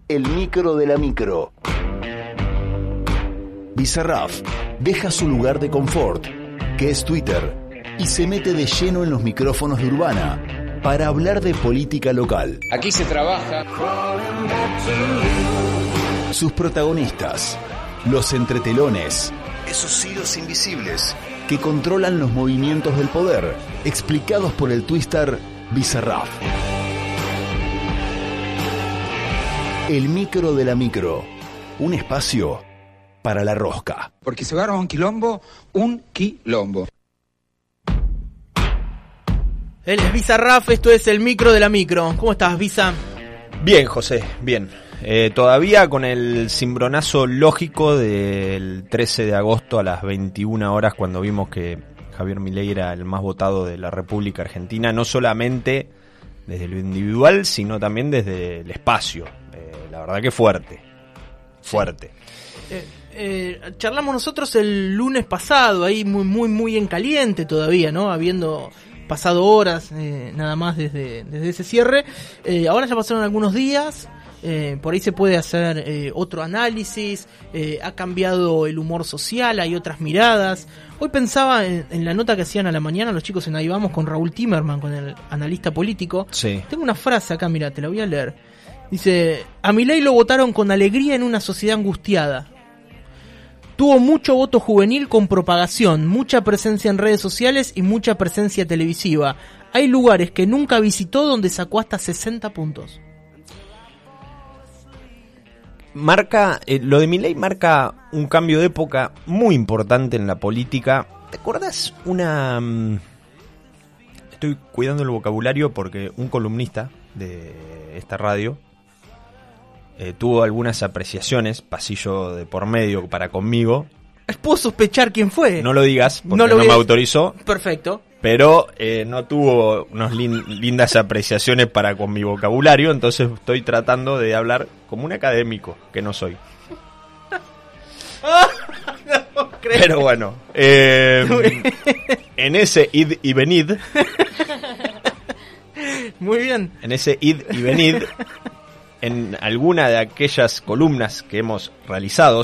el micro de la micro. Bizarrap deja su lugar de confort, que es Twitter, y se mete de lleno en los micrófonos de Urbana para hablar de política local. Aquí se trabaja. Sus protagonistas, los entretelones, esos hilos invisibles que controlan los movimientos del poder, explicados por el twister Bizarrap. El micro de la micro, un espacio para la rosca. Porque se agarra un quilombo. Él es Bizarrap, esto es el micro de la micro. ¿Cómo estás, Biza? Bien, José, bien. Todavía con el cimbronazo lógico del 13 de agosto a las 21 horas, cuando vimos que Javier Milei era el más votado de la República Argentina, no solamente desde lo individual, sino también desde el espacio. La verdad que fuerte. Charlamos nosotros el lunes pasado, ahí muy en caliente todavía, ¿no? Habiendo pasado horas nada más desde ese cierre. Ahora ya pasaron algunos días. Por ahí se puede hacer otro análisis, ha cambiado el humor social, hay otras miradas. Hoy pensaba en la nota que hacían a la mañana los chicos en Ahí Vamos con Raúl Timerman, con el analista político. Sí. Tengo una frase acá, mira, te la voy a leer. Dice: a Milei lo votaron con alegría en una sociedad angustiada. Tuvo mucho voto juvenil con propagación, mucha presencia en redes sociales y mucha presencia televisiva. Hay lugares que nunca visitó donde sacó hasta 60 puntos. Lo de Milei marca un cambio de época muy importante en la política. ¿Te acordás Estoy cuidando el vocabulario porque un columnista de esta radio tuvo algunas apreciaciones, pasillo de por medio para conmigo. ¿Puedo sospechar quién fue? No lo digas porque no me autorizó. Perfecto. Pero no tuvo unas lindas apreciaciones para con mi vocabulario, entonces estoy tratando de hablar como un académico, que no soy. No creo. Pero bueno, en ese id y venid, muy bien. En ese id y venid, en alguna de aquellas columnas que hemos realizado,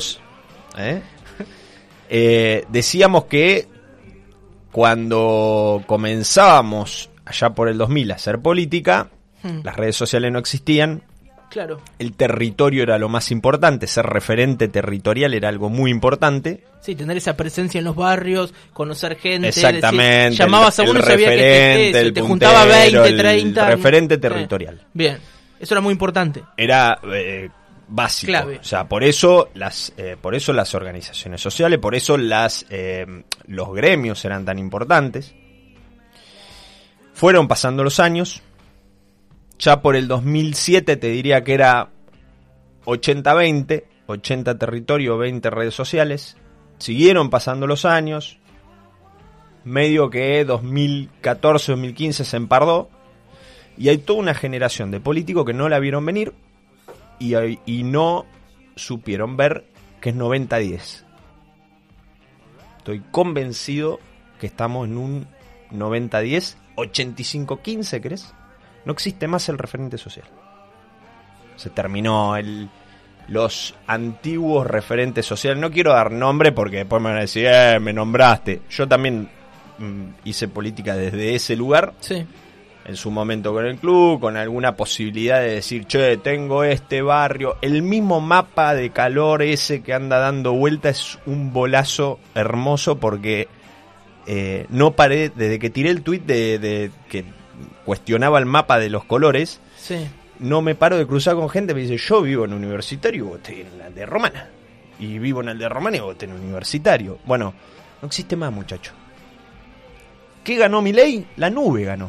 decíamos que cuando comenzábamos allá por el 2000 a hacer política, las redes sociales no existían. Claro. El territorio era lo más importante, ser referente territorial era algo muy importante. Sí, tener esa presencia en los barrios, conocer gente. Exactamente. Decir, llamabas a uno y sabía que te juntaba 20, 30. El referente territorial. Bien, eso era muy importante. Era básico. Clave. O sea, por eso las organizaciones sociales, por eso los gremios eran tan importantes. Fueron pasando los años. Ya por el 2007 te diría que era 80-20, 80 territorio, 20 redes sociales. Siguieron pasando los años. Medio que 2014-2015 se empardó. Y hay toda una generación de políticos que no la vieron venir y no supieron ver que es 90-10. Estoy convencido que estamos en un 90-10, 85-15, ¿crees? No existe más el referente social. Se terminó los antiguos referentes sociales. No quiero dar nombre porque después me van a decir, me nombraste. Yo también hice política desde ese lugar. Sí. En su momento con el club, con alguna posibilidad de decir, che, tengo este barrio. El mismo mapa de calor ese que anda dando vuelta es un bolazo hermoso porque no paré, desde que tiré el tuit de que cuestionaba el mapa de los colores, sí. No me paro de cruzar con gente que me dice, yo vivo en Universitario y vos estás en el de Romana. Y vivo en el de Romana y vos estás en Universitario. Bueno, no existe más, muchacho. ¿Qué ganó Milei? La nube ganó.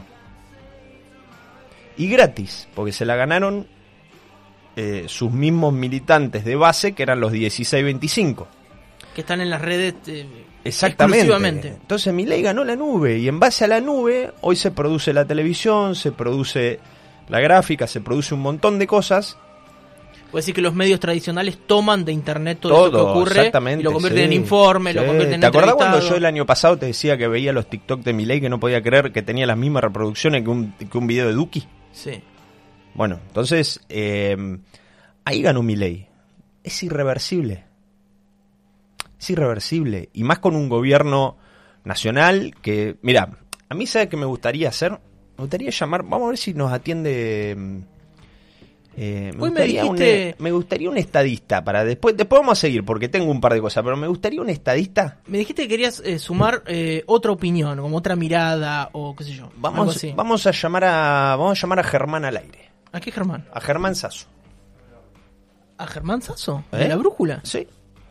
Y gratis, porque se la ganaron sus mismos militantes de base, que eran los 16-25. Que están en las redes exactamente. Exclusivamente. Entonces Milei ganó la nube, y en base a la nube hoy se produce la televisión, se produce la gráfica, se produce un montón de cosas. Puede decir que los medios tradicionales toman de internet todo lo que ocurre y lo convierten en informe, lo convierten en ¿Te acordás entrevistado? cuando yo el año pasado te decía que veía los TikTok de Milei que no podía creer que tenía las mismas reproducciones que un video de Duki? Sí. Bueno, entonces ahí ganó Milei. Es irreversible. Es irreversible. Y más con un gobierno nacional que... Mira, a mí, ¿sabe qué me gustaría hacer? Me gustaría llamar... Vamos a ver si nos atiende... me gustaría un estadista para después vamos a seguir porque tengo un par de cosas, pero me gustaría un estadista. Me dijiste que querías sumar otra opinión, como otra mirada o qué sé yo. Vamos a llamar a Germán al aire. ¿A qué Germán? A Germán Sasso. ¿A Germán Sasso? ¿De La Brújula? Sí.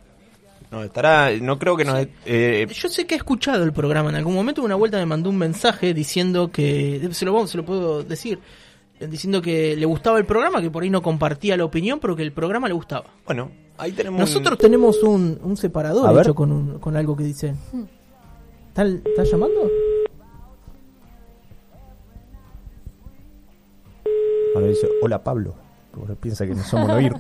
No creo que nos... Yo sé que he escuchado el programa en algún momento. Una vuelta me mandó un mensaje diciendo que... Se lo puedo decir. Diciendo que le gustaba el programa, que por ahí no compartía la opinión, pero que el programa le gustaba. Bueno, ahí tenemos... Nosotros tenemos un separador hecho con algo que dice... ¿Estás llamando? Ahora dice, hola Pablo, porque piensa que no somos oír.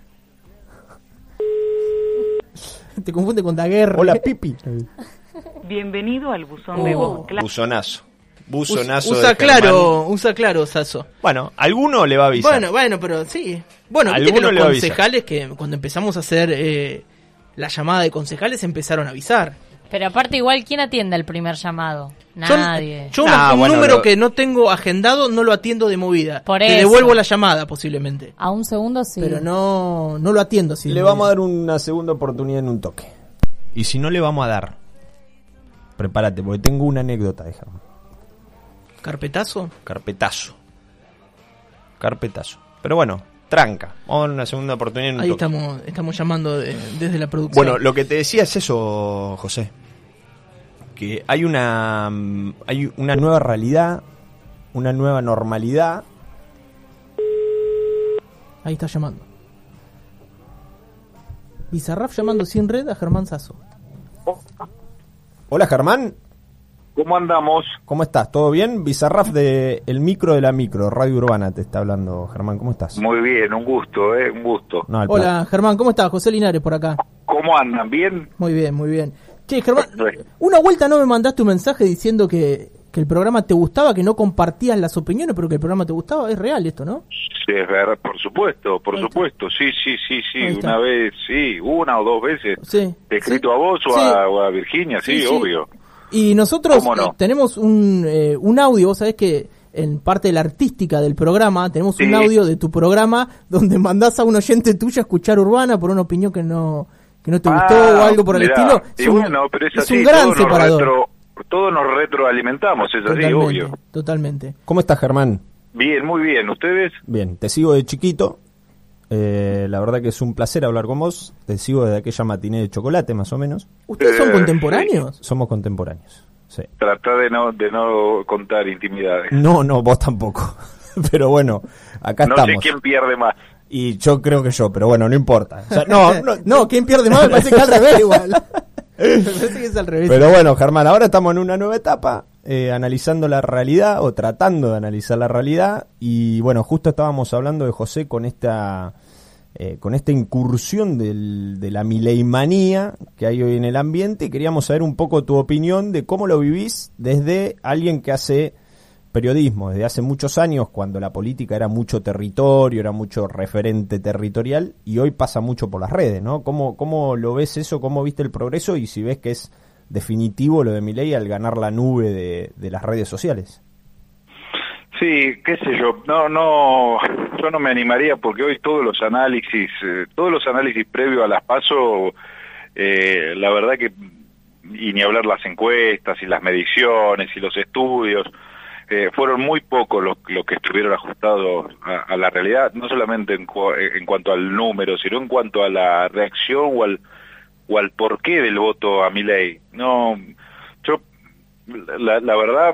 Te confunde con Daguerre. Hola Pipi. Bienvenido al buzón de voz. Buzonazo. Usa claro, Sasso. Bueno, alguno le va a avisar. Bueno, pero sí. Bueno, viste que los concejales que cuando empezamos a hacer la llamada de concejales empezaron a avisar. Pero aparte igual, ¿quién atiende el primer llamado? Nadie. Yo un número que no tengo agendado no lo atiendo de movida. Por Te eso. devuelvo la llamada posiblemente. A un segundo sí. Pero no lo atiendo así. Le vamos a dar una segunda oportunidad en un toque. Y si no le vamos a dar, prepárate, porque tengo una anécdota de Germán. ¿Carpetazo? Carpetazo. Pero bueno, tranca. Vamos a dar una segunda oportunidad en un Ahí toque. estamos llamando desde la producción. Bueno, lo que te decía es eso, José. Que hay una nueva realidad, una nueva normalidad. Ahí está llamando. Bizarraf llamando sin red a Germán Sasso. Hola Germán. ¿Cómo andamos? ¿Cómo estás? ¿Todo bien? Bizarraf de El Micro de la Micro, Radio Urbana te está hablando. Germán, ¿cómo estás? Muy bien, un gusto, un gusto. No, hola Germán, ¿cómo estás? José Linares por acá. ¿Cómo andan? ¿Bien? Muy bien. Che, Germán, una vuelta no me mandaste un mensaje diciendo que el programa te gustaba, que no compartías las opiniones, pero que el programa te gustaba. Es real esto, ¿no? Sí, es verdad, por supuesto. Sí. Una vez, sí, una o dos veces. Sí. Te he escrito a vos o a Virginia, sí, obvio. Y nosotros no? tenemos un audio, vos sabés que en parte de la artística del programa tenemos un audio de tu programa donde mandás a un oyente tuyo a escuchar Urbana por una opinión que no te gustó o algo por el estilo. Pero es un gran separador. Todos nos retroalimentamos, es así, obvio. Totalmente. ¿Cómo estás, Germán? Bien, muy bien. ¿Ustedes? Bien, te sigo de chiquito. La verdad que es un placer hablar con vos. Te sigo desde aquella matiné de chocolate, más o menos. ¿Ustedes son contemporáneos? Sí. Somos contemporáneos, sí. Tratá de no contar intimidades. No, vos tampoco. Pero bueno, acá estamos. No sé quién pierde más. Y yo creo que yo, pero bueno, no importa. O sea, no, ¿quién pierde más? Me parece que es al revés igual. Me parece que es al revés. Pero bueno, Germán, ahora estamos en una nueva etapa, analizando la realidad, o tratando de analizar la realidad, y bueno, justo estábamos hablando de José con esta incursión de la mileimanía que hay hoy en el ambiente, y queríamos saber un poco tu opinión de cómo lo vivís desde alguien que hace periodismo desde hace muchos años, cuando la política era mucho territorio, era mucho referente territorial, y hoy pasa mucho por las redes, ¿no? ¿Cómo lo ves eso? ¿Cómo viste el progreso? Y si ves que es definitivo lo de Milei al ganar la nube de las redes sociales. Sí, qué sé yo, yo no me animaría, porque hoy todos los análisis previos a las PASO, la verdad que, y ni hablar las encuestas y las mediciones y los estudios, fueron muy pocos los que estuvieron ajustados a la realidad, no solamente en cuanto al número, sino en cuanto a la reacción o al porqué del voto a Milei. No, yo la verdad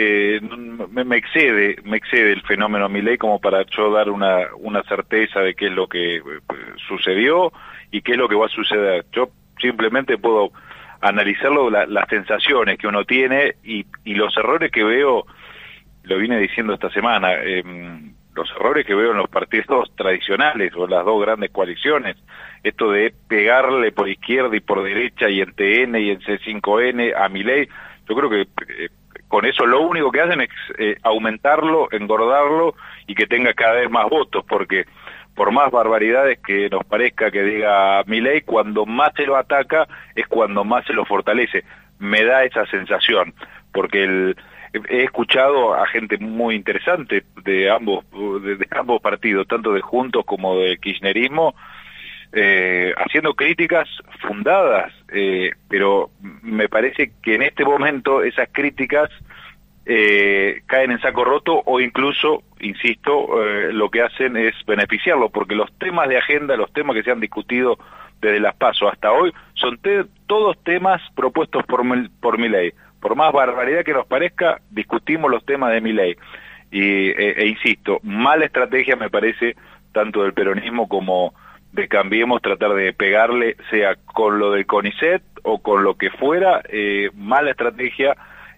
me excede el fenómeno Milei como para yo dar una certeza de qué es lo que sucedió y qué es lo que va a suceder. Yo simplemente puedo analizarlo, las sensaciones que uno tiene y los errores que veo. Lo vine diciendo esta semana, los errores que veo en los partidos tradicionales o las dos grandes coaliciones, esto de pegarle por izquierda y por derecha y en TN y en C5N a Milei, yo creo que con eso lo único que hacen es aumentarlo, engordarlo y que tenga cada vez más votos, porque por más barbaridades que nos parezca que diga Milei, cuando más se lo ataca es cuando más se lo fortalece. Me da esa sensación, porque he escuchado a gente muy interesante de ambos partidos, tanto de Juntos como de Kirchnerismo, haciendo críticas fundadas, pero me parece que en este momento esas críticas caen en saco roto o incluso, insisto, lo que hacen es beneficiarlo, porque los temas de agenda, los temas que se han discutido desde las PASO hasta hoy, son todos temas propuestos por Milei. Por más barbaridad que nos parezca, discutimos los temas de Milei. E insisto, mala estrategia me parece, tanto del peronismo como de Cambiemos, tratar de pegarle, sea con lo del CONICET o con lo que fuera, mala estrategia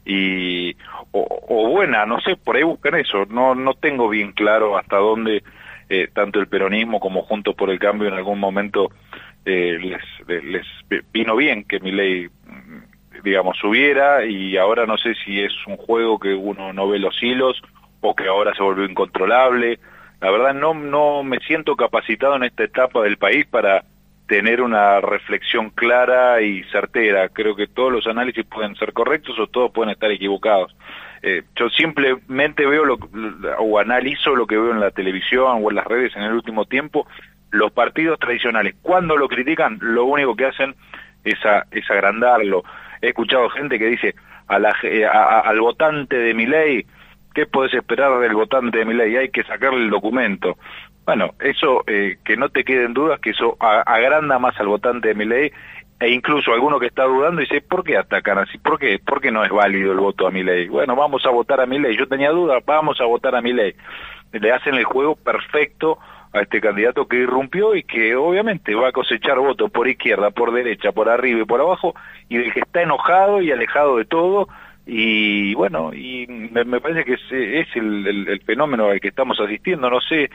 o buena, no sé, por ahí buscan eso. No tengo bien claro hasta dónde tanto el peronismo como Juntos por el Cambio en algún momento les vino bien que Milei, digamos, subiera, y ahora no sé si es un juego que uno no ve los hilos o que ahora se volvió incontrolable. La verdad no me siento capacitado en esta etapa del país para tener una reflexión clara y certera. Creo que todos los análisis pueden ser correctos o todos pueden estar equivocados. Yo simplemente veo o analizo lo que veo en la televisión o en las redes en el último tiempo. Los partidos tradicionales, cuando lo critican, lo único que hacen es agrandarlo. He escuchado gente que dice al votante de Milei, ¿qué podés esperar del votante de Milei? Hay que sacarle el documento. Bueno, eso, que no te queden dudas, que eso agranda más al votante de Milei, e incluso alguno que está dudando dice, ¿por qué atacan así? ¿Por qué no es válido el voto a Milei? Bueno, vamos a votar a Milei. Yo tenía dudas, vamos a votar a Milei. Le hacen el juego perfecto a este candidato que irrumpió y que obviamente va a cosechar votos por izquierda, por derecha, por arriba y por abajo, y del que está enojado y alejado de todo. Y bueno, y me parece que es el fenómeno al que estamos asistiendo. No sé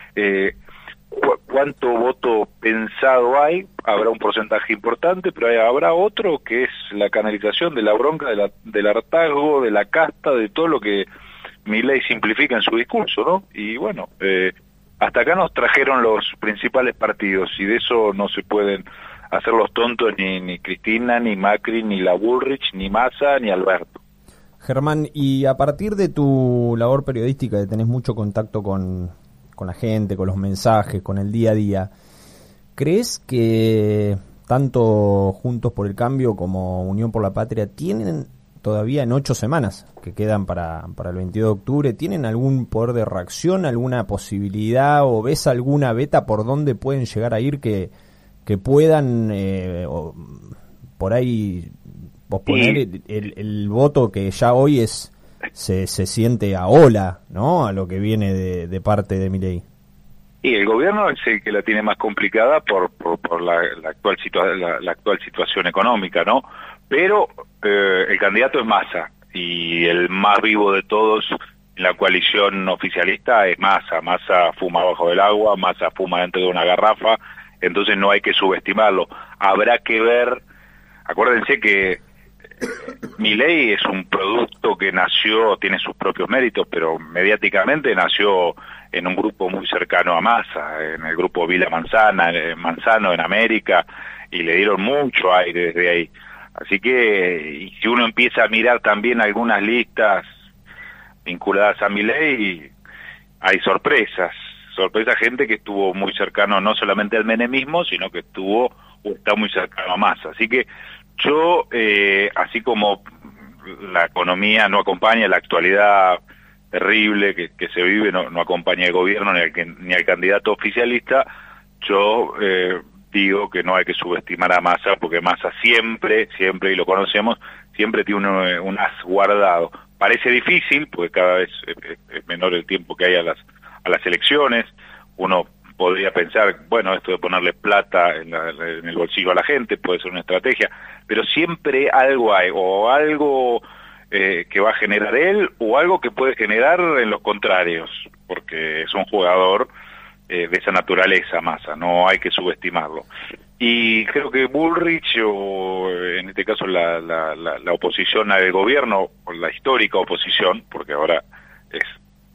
cuánto voto pensado hay, habrá un porcentaje importante, pero habrá otro que es la canalización de la bronca, del hartazgo, de la casta, de todo lo que Milei simplifica en su discurso, ¿no? Y bueno, hasta acá nos trajeron los principales partidos, y de eso no se pueden hacer los tontos ni Cristina, ni Macri, ni la Bullrich, ni Massa, ni Alberto. Germán, y a partir de tu labor periodística, que tenés mucho contacto con la gente, con los mensajes, con el día a día, ¿crees que tanto Juntos por el Cambio como Unión por la Patria tienen todavía, en 8 semanas que quedan para el 22 de octubre, tienen algún poder de reacción, alguna posibilidad, o ves alguna beta por donde pueden llegar a ir que puedan por ahí posponer el voto que ya hoy se siente a ola, ¿no?, a lo que viene de parte de Milei? Y el gobierno es el que la tiene más complicada por la actual situación económica, ¿no? Pero el candidato es Massa, y el más vivo de todos en la coalición oficialista es Massa. Massa fuma bajo del agua, Massa fuma dentro de una garrafa, entonces no hay que subestimarlo. Habrá que ver, acuérdense que Milei es un producto que nació, tiene sus propios méritos, pero mediáticamente nació en un grupo muy cercano a Massa, en el grupo Vila Manzano en América, y le dieron mucho aire desde ahí. Así que, y si uno empieza a mirar también algunas listas vinculadas a Milei, hay sorpresas, gente que estuvo muy cercano no solamente al menemismo, sino que está muy cercano a Massa. Así que yo, así como la economía no acompaña, la actualidad terrible que se vive no acompaña al gobierno ni al candidato oficialista, yo digo que no hay que subestimar a Massa, porque Massa siempre, y lo conocemos, siempre tiene un as guardado. Parece difícil, porque cada vez es menor el tiempo que hay a las elecciones. Uno podría pensar, bueno, esto de ponerle plata en el bolsillo a la gente puede ser una estrategia, pero siempre algo hay, o algo que va a generar él, o algo que puede generar en los contrarios, porque es un jugador de esa naturaleza, Massa, no hay que subestimarlo. Y creo que Bullrich, o en este caso la oposición al gobierno, o la histórica oposición, porque ahora es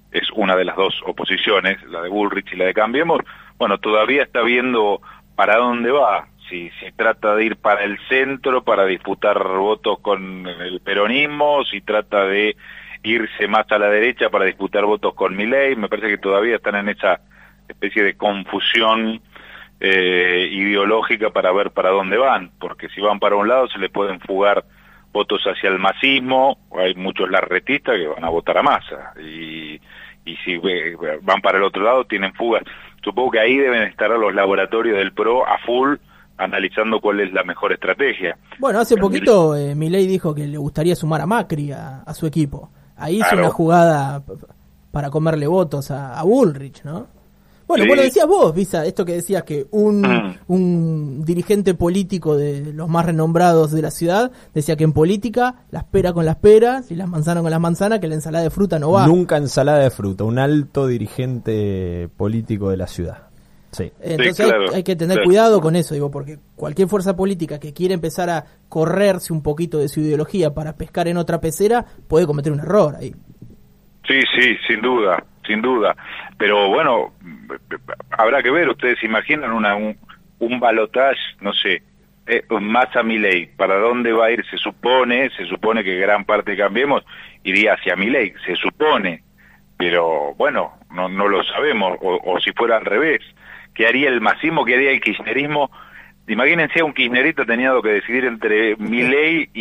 es una de las dos oposiciones, la de Bullrich y la de Cambiemos, bueno, todavía está viendo para dónde va, si trata de ir para el centro, para disputar votos con el peronismo, si trata de irse más a la derecha para disputar votos con Milei. Me parece que todavía están en esa especie de confusión ideológica para ver para dónde van, porque si van para un lado se les pueden fugar votos hacia el masismo, hay muchos larretistas que van a votar a Massa, y si van para el otro lado tienen fugas. Supongo que ahí deben estar los laboratorios del PRO a full, analizando cuál es la mejor estrategia. Bueno, hace poquito Milei dijo que le gustaría sumar a Macri a su equipo. Ahí hizo una jugada para comerle votos a Bullrich, ¿no? Bueno, sí. Vos lo decías vos, Visa, esto que decías que un dirigente político de los más renombrados de la ciudad decía que en política las peras con las peras y las manzanas con las manzanas, que la ensalada de fruta no va. Nunca ensalada de fruta, un alto dirigente político de la ciudad. Sí. Entonces sí, claro, hay que tener cuidado con eso, digo, porque cualquier fuerza política que quiere empezar a correrse un poquito de su ideología para pescar en otra pecera puede cometer un error ahí. Sí, sin duda. Pero bueno, habrá que ver. Ustedes se imaginan un balotaje, no sé, Massa Milei, ¿para dónde va a ir? Se supone que gran parte de Cambiemos iría hacia Milei, se supone, pero bueno, no lo sabemos, o si fuera al revés, ¿qué haría el masismo? ¿Qué haría el kirchnerismo? Imagínense a un kirchnerista teniendo que decidir entre Milei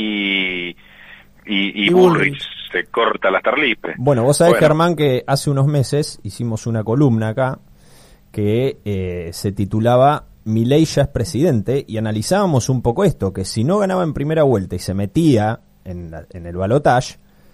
y Bullrich, se corta las tarlipes. Bueno, vos sabés, Germán, que hace unos meses hicimos una columna acá que se titulaba Milei ya es presidente, y analizábamos un poco esto, que si no ganaba en primera vuelta y se metía en el balotaje,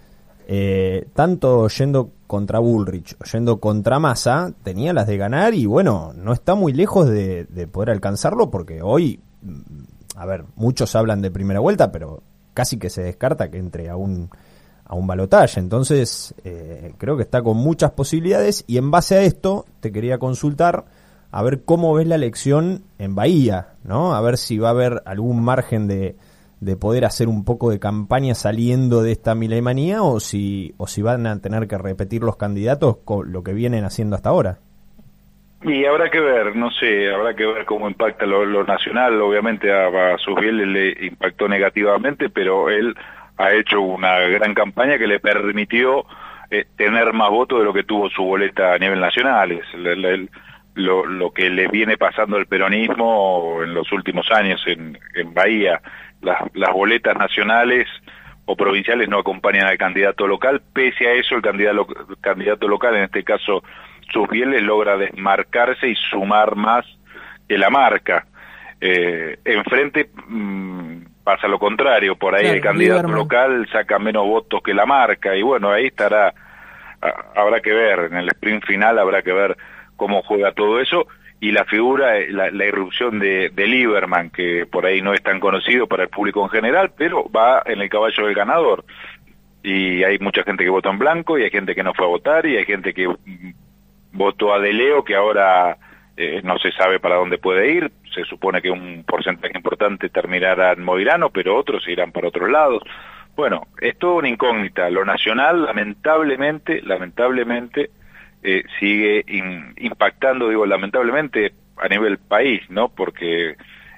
tanto yendo contra Bullrich o yendo contra Massa, tenía las de ganar, y bueno, no está muy lejos de poder alcanzarlo, porque hoy, a ver, muchos hablan de primera vuelta, pero casi que se descarta que entre a un balotaje. Entonces creo que está con muchas posibilidades, y en base a esto te quería consultar a ver cómo ves la elección en Bahía, ¿no? A ver si va a haber algún margen de poder hacer un poco de campaña saliendo de esta mileimanía, o si van a tener que repetir los candidatos con lo que vienen haciendo hasta ahora. Y habrá que ver, no sé, habrá que ver cómo impacta lo nacional. Obviamente a Susbiel le impactó negativamente, pero él ha hecho una gran campaña que le permitió tener más votos de lo que tuvo su boleta a nivel nacional. Es lo que le viene pasando al peronismo en los últimos años en Bahía. Las boletas nacionales o provinciales no acompañan al candidato local. Pese a eso, el candidato local, en este caso Susbiel, logra desmarcarse y sumar más que la marca. Enfrente pasa lo contrario, por ahí claro, el candidato local saca menos votos que la marca, y bueno, ahí habrá que ver, en el sprint final habrá que ver cómo juega todo eso, y la figura, la irrupción de Lieberman, que por ahí no es tan conocido para el público en general, pero va en el caballo del ganador, y hay mucha gente que votó en blanco, y hay gente que no fue a votar, y hay gente que votó a De Leo, que ahora no se sabe para dónde puede ir. Se supone que un porcentaje importante terminará en Moirano, pero otros irán para otros lados. Bueno, es todo una incógnita. Lo nacional, lamentablemente, sigue impactando, digo, lamentablemente, a nivel país, ¿no? Porque,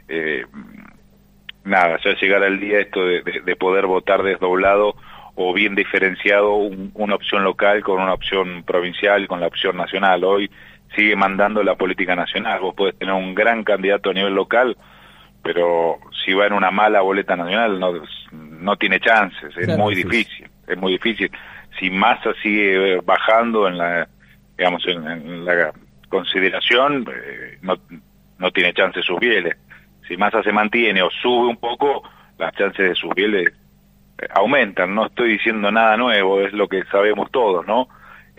ya llegará el día esto de poder votar desdoblado o bien diferenciado una opción local con una opción provincial, con la opción nacional. Hoy sigue mandando la política nacional. Vos podés tener un gran candidato a nivel local, pero si va en una mala boleta nacional no tiene chances. Es claro, muy difícil. Si Massa sigue bajando en la consideración, no tiene chances Susbiel. Si Massa se mantiene o sube un poco, las chances de Susbiel aumentan. No estoy diciendo nada nuevo, es lo que sabemos todos, ¿no?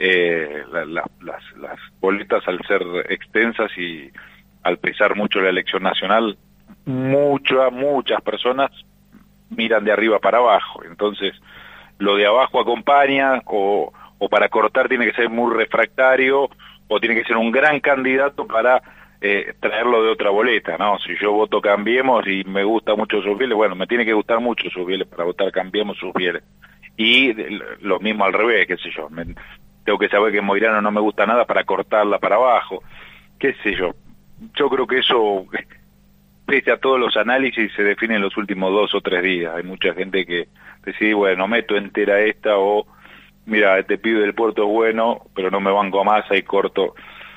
Las boletas, al ser extensas y al pesar mucho la elección nacional, muchas personas miran de arriba para abajo. Entonces, lo de abajo acompaña, o para cortar tiene que ser muy refractario, o tiene que ser un gran candidato para traerlo de otra boleta, ¿no? Si yo voto Cambiemos y me gusta mucho Susbiel, bueno, me tiene que gustar mucho Susbiel para votar Cambiemos Susbiel. Y lo mismo al revés, qué sé yo, tengo que saber que Moirano no me gusta nada para cortarla para abajo, qué sé yo. Yo creo que eso, pese a todos los análisis, se define en los últimos 2 o 3 días. Hay mucha gente que decide, bueno, meto entera esta, o mira, este pibe del Puerto es bueno, pero no me banco a Massa y corto.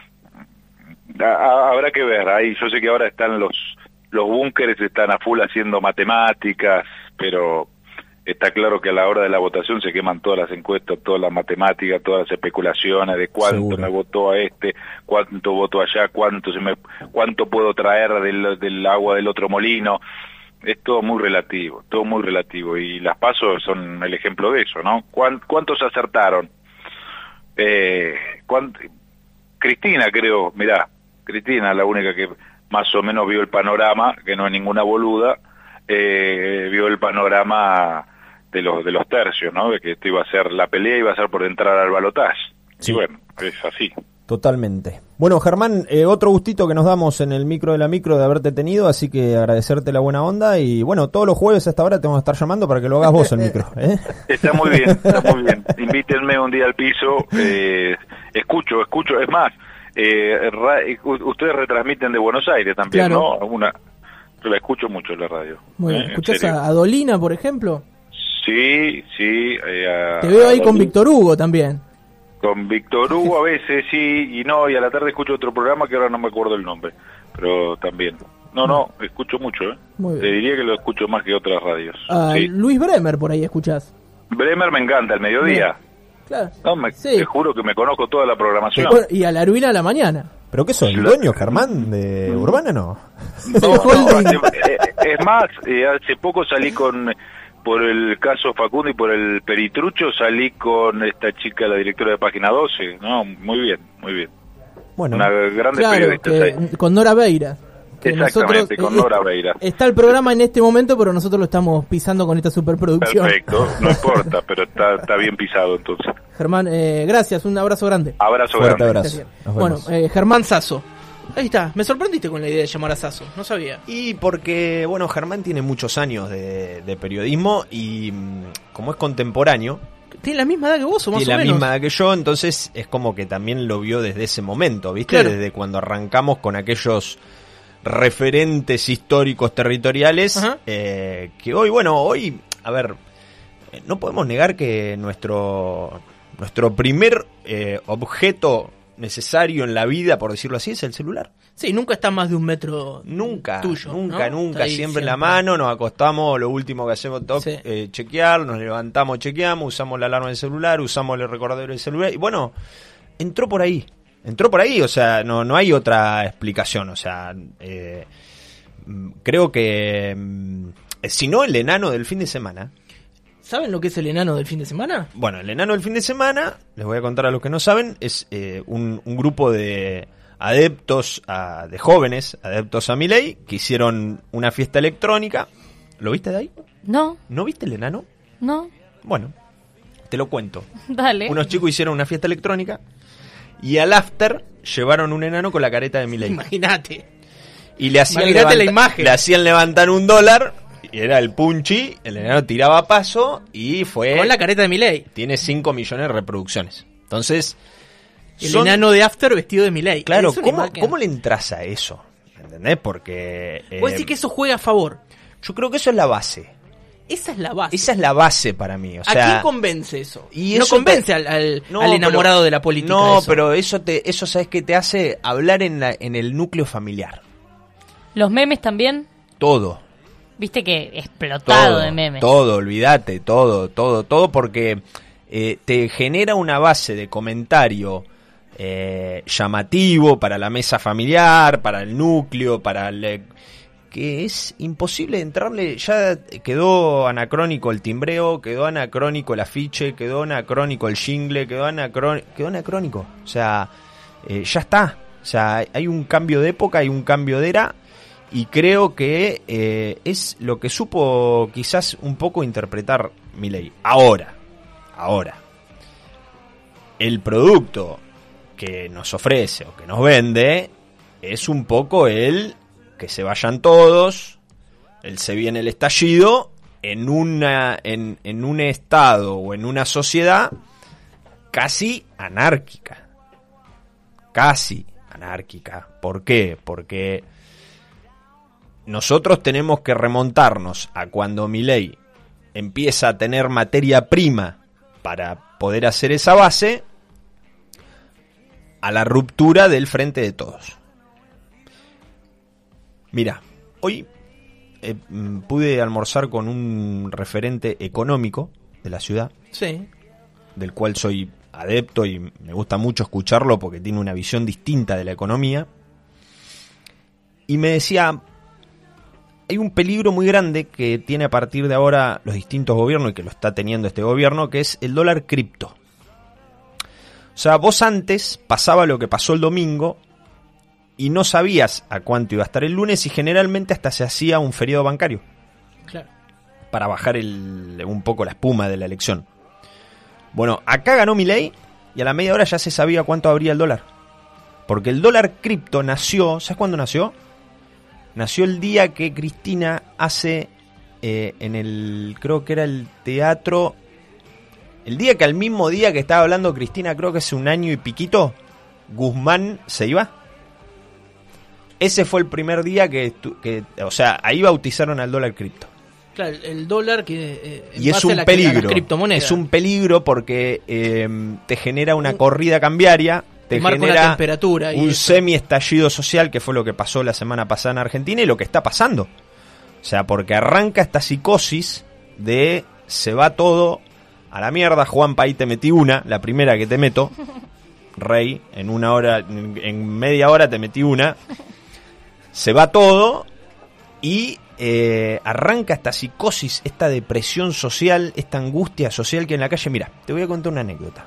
Habrá que ver. Ahí yo sé que ahora están los búnkeres, están a full haciendo matemáticas, pero está claro que a la hora de la votación se queman todas las encuestas, todas las matemáticas, todas las especulaciones de cuánto Seguro. me votó a este, cuánto voto allá, cuánto puedo traer del agua del otro molino. Es todo muy relativo, y las PASO son el ejemplo de eso, ¿no? ¿Cuántos acertaron? Cristina, creo, mirá, Cristina, la única que más o menos vio el panorama, que no es ninguna boluda, vio el panorama de los tercios, ¿no? De que esto iba a ser, la pelea iba a ser por entrar al balotaje. Sí. Y bueno, es así. Totalmente. Bueno, Germán, otro gustito que nos damos en el micro de la micro de haberte tenido, así que agradecerte la buena onda y bueno, todos los jueves a esta hora te vamos a estar llamando para que lo hagas vos el micro, ¿eh? Está muy bien, está muy bien. Invítenme un día al piso, escucho, es más, ustedes retransmiten de Buenos Aires también, Claro. ¿no? Yo la escucho mucho en la radio. Muy bien. En ¿Escuchás serio. a Dolina, por ejemplo? Sí. Te veo ahí con Víctor Hugo también. Con Víctor Hugo a veces sí, y no, y a la tarde escucho otro programa que ahora no me acuerdo el nombre, pero también. No, escucho mucho, ¿eh? Muy bien. Te diría que lo escucho más que otras radios. Sí. Luis Bremer por ahí escuchás. Bremer me encanta, el mediodía. Claro. No, Sí. te juro que me conozco toda la programación. Bueno, y a la Ruina a la mañana. ¿Pero qué soy? ¿El dueño, Germán, de Urbana, no? Es más, hace poco salí por el caso Facundo y por el Peritrucho, salí con esta chica, la directora de Página 12, ¿no? Muy bien. Bueno, Una grande Claro, periodista ahí. con Nora Beira. Que Exactamente, con Nora Beira. Está el programa en este momento, pero nosotros lo estamos pisando con esta superproducción. Perfecto, no importa, pero está bien pisado entonces. Germán, gracias, un abrazo grande. Abrazo fuerte grande. abrazo. Nos Bueno, vemos. Germán Sasso. Ahí está, me sorprendiste con la idea de llamar a Sasso, no sabía. Y porque, bueno, Germán tiene muchos años de periodismo y como es contemporáneo, Tiene la misma edad que vos, o más tiene o la menos. misma edad que yo, entonces es como que también lo vio desde ese momento, ¿viste? Claro. Desde cuando arrancamos con aquellos referentes históricos territoriales, Ajá. que hoy, a ver, no podemos negar que nuestro primer objeto necesario en la vida, por decirlo así, es el celular. Sí, nunca está más de un metro Nunca, tuyo. ¿no? Está ahí siempre en la mano, nos acostamos, lo último que hacemos es chequear, nos levantamos, chequeamos, usamos la alarma del celular, usamos el recordador del celular, y bueno, entró por ahí, o sea, no hay otra explicación, o sea, creo que, si no, el enano del fin de semana. ¿Saben lo que es el enano del fin de semana? Bueno, el enano del fin de semana, les voy a contar a los que no saben, es un grupo de adeptos, de jóvenes, adeptos a Milei, que hicieron una fiesta electrónica. ¿Lo viste de ahí? No, ¿No viste el enano? no, Bueno, te lo cuento. dale. Unos chicos hicieron una fiesta electrónica y al after llevaron un enano con la careta de Milei. Imagínate. Y le hacían, Imagínate la imagen. le hacían levantar $1, y era el punchi, el enano tiraba paso y fue... Con la careta de Milei. Tiene 5 millones de reproducciones. Entonces... El enano de After vestido de Milei. Claro, Es una imagen. ¿cómo le entras a eso? ¿Entendés? Porque... Vos decís que eso juega a favor. Yo creo que eso es la base. Esa es la base. Esa es la base para mí. O ¿A sea, quién convence eso? y no eso convence te- al No, enamorado pero- de la política. No, eso. pero eso ¿sabes qué te hace? Hablar en el núcleo familiar. Los memes también, Todo. viste que explotado Todo, de memes. todo, olvídate, todo, porque te genera una base de comentario llamativo para la mesa familiar, para el núcleo, que es imposible entrarle. Ya quedó anacrónico el timbreo, quedó anacrónico el afiche, quedó anacrónico el jingle, quedó anacrónico. O sea, ya está. O sea, hay un cambio de época, hay un cambio de era. Y creo que es lo que supo quizás un poco interpretar Milei. Ahora, el producto que nos ofrece o que nos vende es un poco el que se vayan todos, el se viene el estallido en un estado o en una sociedad casi anárquica. Casi anárquica. ¿Por qué? Porque nosotros tenemos que remontarnos a cuando Milei empieza a tener materia prima para poder hacer esa base, a la ruptura del Frente de Todos. Mira, hoy pude almorzar con un referente económico de la ciudad, Sí. del cual soy adepto y me gusta mucho escucharlo porque tiene una visión distinta de la economía. Y me decía, hay un peligro muy grande que tiene a partir de ahora los distintos gobiernos y que lo está teniendo este gobierno, que es el dólar cripto. O sea, vos antes pasaba lo que pasó el domingo y no sabías a cuánto iba a estar el lunes y generalmente hasta se hacía un feriado bancario. Claro. Para bajar un poco la espuma de la elección. Bueno, acá ganó Milei y a la media hora ya se sabía cuánto abría el dólar. Porque el dólar cripto nació, ¿sabes cuándo nació? Nació el día que Cristina hace en el, creo que era el teatro, el día que al mismo día que estaba hablando Cristina, creo que hace un año y piquito, Guzmán se iba. Ese fue el primer día que o sea, ahí bautizaron al dólar cripto. Claro, el dólar que y es un peligro, es un peligro porque te genera una corrida cambiaria, te marca genera una temperatura y un eso. semi-estallido social, que fue lo que pasó la semana pasada en Argentina y lo que está pasando. O sea, porque arranca esta psicosis de se va todo a la mierda, Juanpa, ahí te metí una, la primera que te meto, Rey, en una hora, en media hora te metí una, se va todo y arranca esta psicosis, esta depresión social, esta angustia social que en la calle. Mira, te voy a contar una anécdota.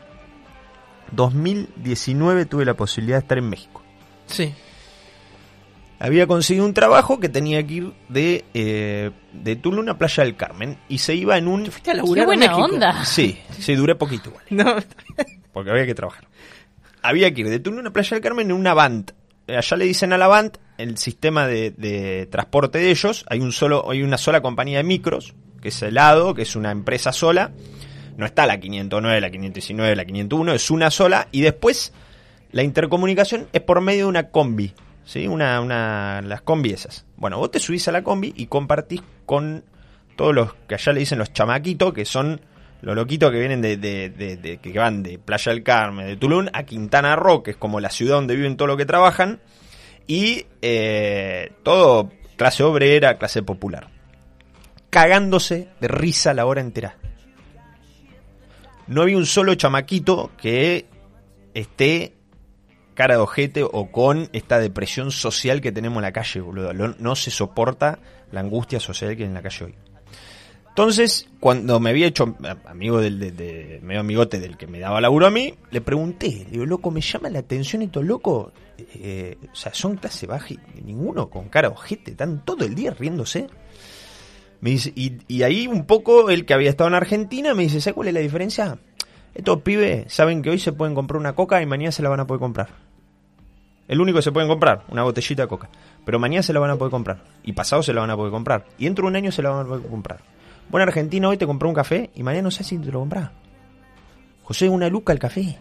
2019 tuve la posibilidad de estar en México. Sí. Había conseguido un trabajo que tenía que ir de Tulum a Playa del Carmen y se iba en un... ¿Fuiste a laburar Qué buena en México? onda. Sí, duré poquito igual, No. porque había que trabajar. Había que ir de Tulum a Playa del Carmen en una Avant. Allá le dicen a la Avant el sistema de transporte de ellos. Hay una sola compañía de micros, que es Helado, que es una empresa sola. No está la 509, la 519, la 501, es una sola. Y después la intercomunicación es por medio de una combi, ¿sí? Las combi esas. Bueno, vos te subís a la combi y compartís con todos los que allá le dicen los chamaquitos, que son los loquitos que vienen que van de Playa del Carmen, de Tulum a Quintana Roo, que es como la ciudad donde viven todo lo que trabajan, y todo clase obrera, clase popular, cagándose de risa la hora entera. No había un solo chamaquito que esté cara de ojete o con esta depresión social que tenemos en la calle, boludo. No se soporta la angustia social que hay en la calle hoy. Entonces, cuando me había hecho amigo medio amigote del que me daba laburo a mí, le pregunté, le digo, loco, me llama la atención estos locos, o sea, son clase baja y ninguno con cara de ojete, están todo el día riéndose. Me dice, y ahí un poco el que había estado en Argentina me dice, ¿sabes cuál es la diferencia? Estos pibes saben que hoy se pueden comprar una coca y mañana se la van a poder comprar. El único que se pueden comprar, una botellita de coca. Pero mañana se la van a poder comprar. Y pasado se la van a poder comprar. Y dentro de un año se la van a poder comprar. Vos en Argentina hoy te compró un café y mañana no sé si te lo comprás. José, una luca el café.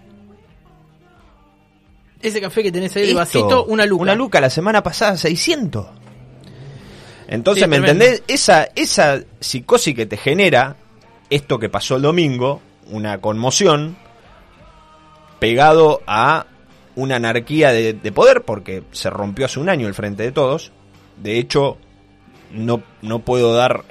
Ese café que tenés ahí de vasito, una luca. Una luca, la semana pasada 600. Entonces, Sí, ¿me tremendo. entendés? Esa psicosis que te genera esto que pasó el domingo, una conmoción, pegado a una anarquía de poder, porque se rompió hace un año el Frente de Todos. De hecho, no puedo dar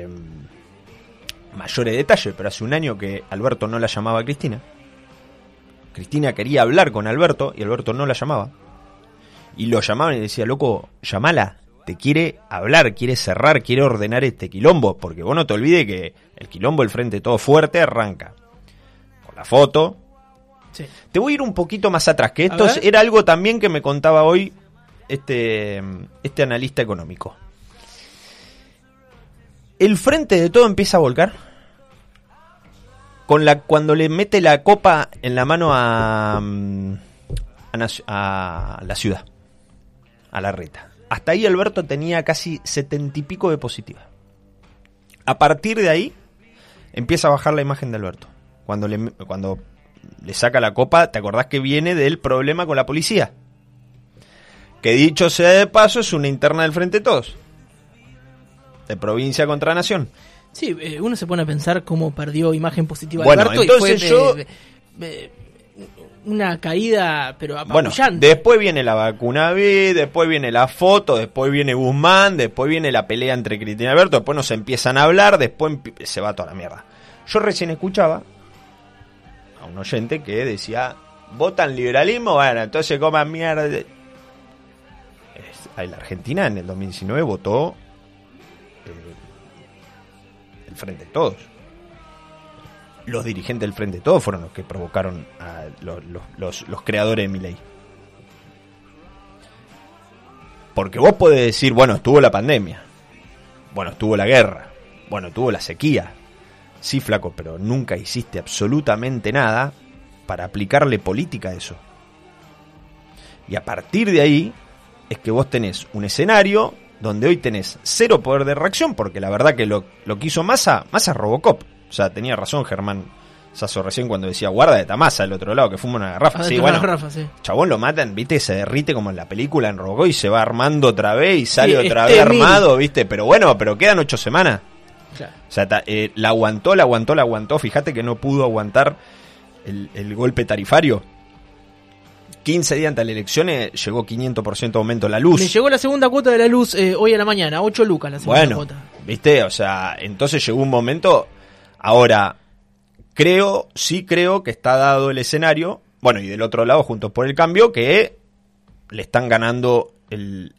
mayores detalles, pero hace un año que Alberto no la llamaba a Cristina. Cristina quería hablar con Alberto y Alberto no la llamaba. Y lo llamaban y decía, loco, llamala, te quiere hablar, quiere cerrar, quiere ordenar este quilombo, porque vos no te olvides que el quilombo del Frente de Todos fuerte arranca con la foto. Sí. Te voy a ir un poquito más atrás, que esto A ver. era algo también que me contaba hoy este analista económico. El Frente de Todo empieza a volcar cuando le mete la copa en la mano a la ciudad, a la reta. Hasta ahí Alberto tenía casi 70 y pico de positiva. A partir de ahí empieza a bajar la imagen de Alberto. Cuando le saca la copa, ¿te acordás que viene del problema con la policía? Que dicho sea de paso, es una interna del Frente de Todos. De provincia contra nación. Sí, uno se pone a pensar cómo perdió imagen positiva Bueno, Alberto entonces y fue una caída, pero apabullante. Bueno, después viene la vacuna B, después viene la foto, después viene Guzmán, después viene la pelea entre Cristina y Alberto, después nos empiezan a hablar, después se va toda la mierda. Yo recién escuchaba a un oyente que decía, ¿votan liberalismo? Bueno, entonces coman mierda. La Argentina en el 2019 votó el Frente de Todos. Los dirigentes del Frente de Todos fueron los que provocaron a los creadores de Milei. Porque vos podés decir, bueno, estuvo la pandemia, bueno, estuvo la guerra, bueno, estuvo la sequía. Sí, flaco, pero nunca hiciste absolutamente nada para aplicarle política a eso. Y a partir de ahí es que vos tenés un escenario donde hoy tenés cero poder de reacción, porque la verdad que lo que hizo Massa Robocop. O sea, tenía razón Germán Sasso recién cuando decía, guarda de Tamasa al otro lado que fuma una garrafa. Sí, bueno, sí. Chabón lo matan, viste, se derrite como en la película en Robocop y se va armando otra vez y sale otra vez armado, viste. Pero bueno, pero quedan 8 semanas. Claro. O sea, la aguantó. Fíjate que no pudo aguantar el golpe tarifario. 15 días antes de las elecciones llegó 500% aumento la luz. Me llegó la segunda cuota de la luz hoy a la mañana, 8 lucas la segunda cuota. Viste, o sea, entonces llegó un momento. Ahora, sí creo que está dado el escenario. Bueno, y del otro lado, Juntos por el Cambio, que le están ganando el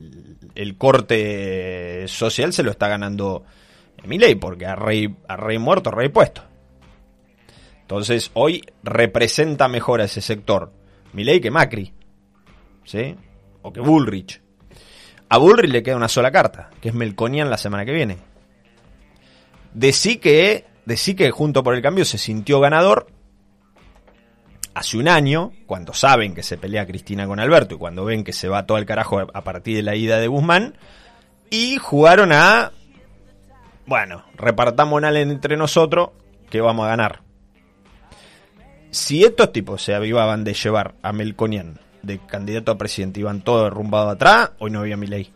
corte social, se lo está ganando Milei, porque a rey muerto, rey puesto. Entonces, hoy representa mejor a ese sector Milei que Macri, ¿sí? O que Bullrich. A Bullrich le queda una sola carta, que es Melconian la semana que viene. Decí que Juntos por el Cambio se sintió ganador hace un año, cuando saben que se pelea Cristina con Alberto y cuando ven que se va todo al carajo a partir de la ida de Guzmán, y jugaron a, bueno, repartamos entre nosotros que vamos a ganar. Si estos tipos se avivaban de llevar a Melconian de candidato a presidente y iban todos derrumbados atrás, hoy no había Milei.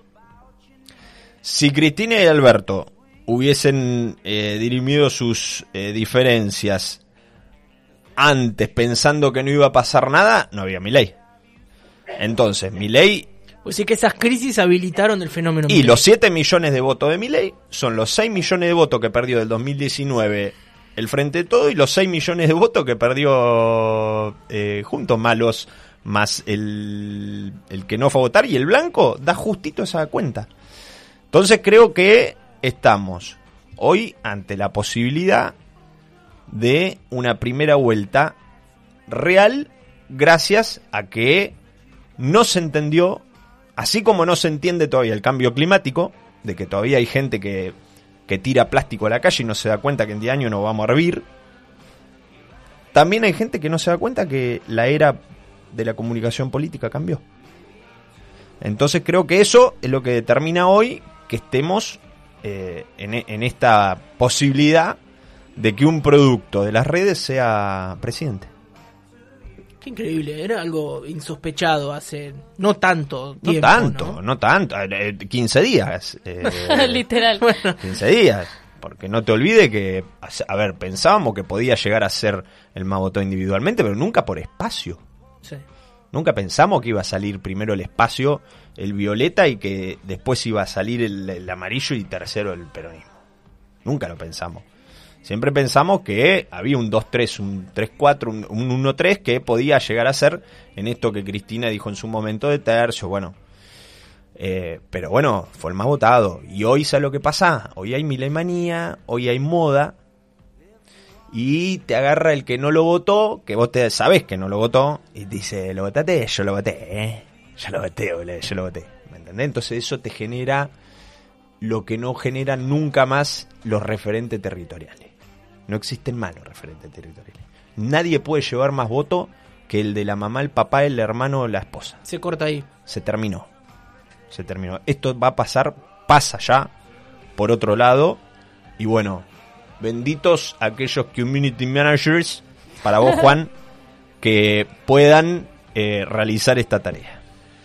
Si Cristina y Alberto hubiesen dirimido sus diferencias antes pensando que no iba a pasar nada, no había Milei. Entonces, Milei... Pues sí que esas crisis habilitaron el fenómeno Milei. Y los 7 millones de votos de Milei son los 6 millones de votos que perdió del 2019 el Frente de Todos y los 6 millones de votos que perdió Juntos, más el que no fue a votar, y el blanco da justito esa cuenta. Entonces creo que estamos hoy ante la posibilidad de una primera vuelta real, gracias a que no se entendió, así como no se entiende todavía el cambio climático, de que todavía hay gente que tira plástico a la calle y no se da cuenta que en 10 años nos vamos a hervir. También hay gente que no se da cuenta que la era de la comunicación política cambió. Entonces creo que eso es lo que determina hoy que estemos en esta posibilidad de que un producto de las redes sea presidente. Qué increíble, era algo insospechado hace no tanto tiempo. No tanto, 15 días. Literal. 15 días. Porque no te olvides que, a ver, pensábamos que podía llegar a ser el más votado individualmente, pero nunca por espacio. Sí. Nunca pensamos que iba a salir primero el espacio, el violeta, y que después iba a salir el amarillo y tercero el peronismo. Nunca lo pensamos. Siempre pensamos que había un 2-3, un 3-4, un 1-3 que podía llegar a ser en esto que Cristina dijo en su momento de tercio, bueno. Pero bueno, fue el más votado. Y hoy, ¿sabes lo que pasa? Hoy hay milemanía, hoy hay moda, y te agarra el que no lo votó, que vos sabés que no lo votó, y te dice, ¿lo votaste? Yo lo voté, yo lo voté, boludo, yo lo voté. ¿Me entendés? Entonces eso te genera lo que no generan nunca más los referentes territoriales. No existen más los referentes territoriales. Nadie puede llevar más votos que el de la mamá, el papá, el hermano o la esposa. Se corta ahí. Se terminó. Esto va a pasar, pasa ya, por otro lado. Y bueno, benditos aquellos community managers para vos, Juan, que puedan realizar esta tarea?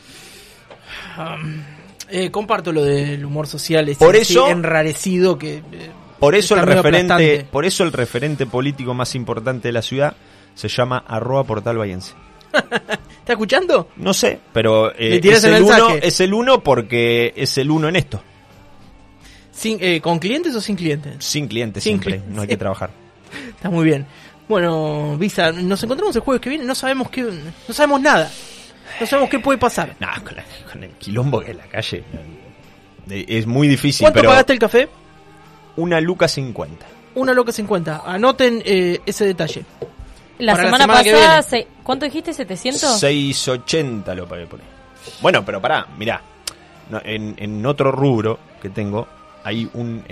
Comparto lo del humor social, por eso, enrarecido que... por eso el referente político más importante de la ciudad se llama @portalbahiense. ¿Está escuchando? No sé, pero es el uno porque es el uno en esto. ¿Con clientes o sin clientes? Sin clientes siempre, no hay que trabajar. Está muy bien. Bueno, Visa, nos encontramos el jueves que viene, no sabemos nada. No sabemos qué puede pasar. No, con el quilombo que es la calle es muy difícil. ¿Cuánto pagaste el café? 1,50 lucas. 1,50 Anoten ese detalle. La semana pasada, ¿cuánto dijiste? ¿700? 680 lo pagué por ahí. Bueno, pero pará, mirá. En otro rubro que tengo hay un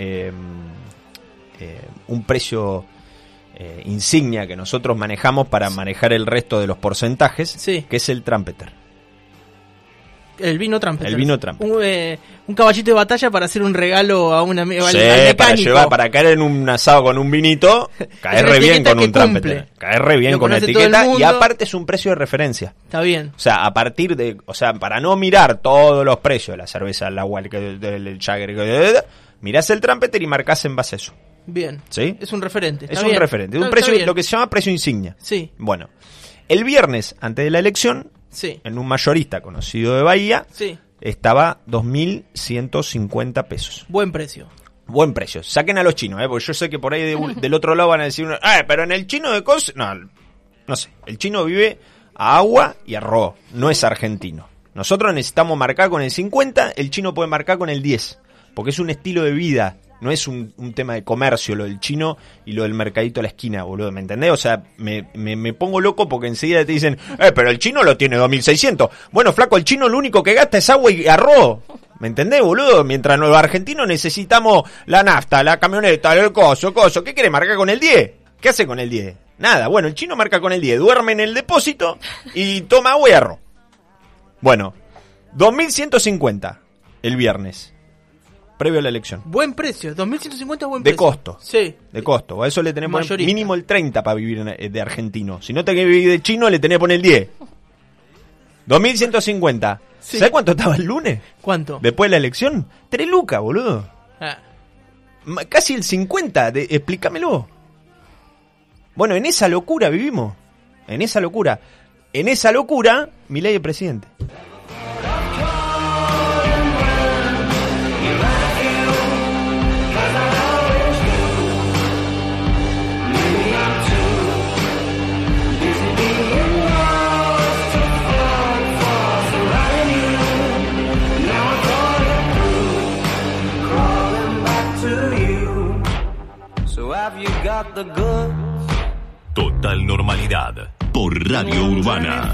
precio insignia que nosotros manejamos para manejar el resto de los porcentajes, que es el trumpeter. El vino trumpeter. Un caballito de batalla para hacer un regalo a una amiga. Para caer en un asado con un vinito, caer re bien con un trumpeter. Caer re bien con la etiqueta y aparte es un precio de referencia. Está bien. O sea, para no mirar todos los precios de la cerveza, el agua, el Jagger, mirás el trumpeter y marcás en base a eso. Bien. ¿Sí? Es un referente. Es un referente. Un precio, lo que se llama precio insignia. Sí. Bueno, el viernes, antes de la elección, en un mayorista conocido de Bahía, estaba 2.150 pesos. Buen precio. Buen precio. Saquen a los chinos, porque yo sé que por ahí del otro lado van a decir, pero en el chino de cosas... No sé. El chino vive a agua y arroz. No es argentino. Nosotros necesitamos marcar con el 50, el chino puede marcar con el 10. Porque es un estilo de vida. No es un tema de comercio lo del chino y lo del mercadito a la esquina, boludo, ¿me entendés? O sea, me pongo loco porque enseguida te dicen, pero el chino lo tiene 2.600. Bueno, flaco, el chino lo único que gasta es agua y arroz. ¿Me entendés, boludo? Mientras los argentinos necesitamos la nafta, la camioneta, el coso. ¿Qué quiere marcar con el 10? ¿Qué hace con el 10? Nada. Bueno, el chino marca con el 10, duerme en el depósito y toma agua y arroz. Bueno, 2.150 el viernes. Previo a la elección. Buen precio, 2.150 buen precio. De costo. Sí. De costo. A eso le tenemos que poner mínimo el 30 para vivir de argentino. Si no te querés vivir de chino, le tenés que poner el 10. 2.150. Sí. ¿Sabés cuánto estaba el lunes? ¿Cuánto? Después de la elección. 3 lucas, boludo. Casi el 50. Explícamelo. Bueno, en esa locura vivimos. En esa locura, Milei es presidente. Total Normalidad por Radio Urbana.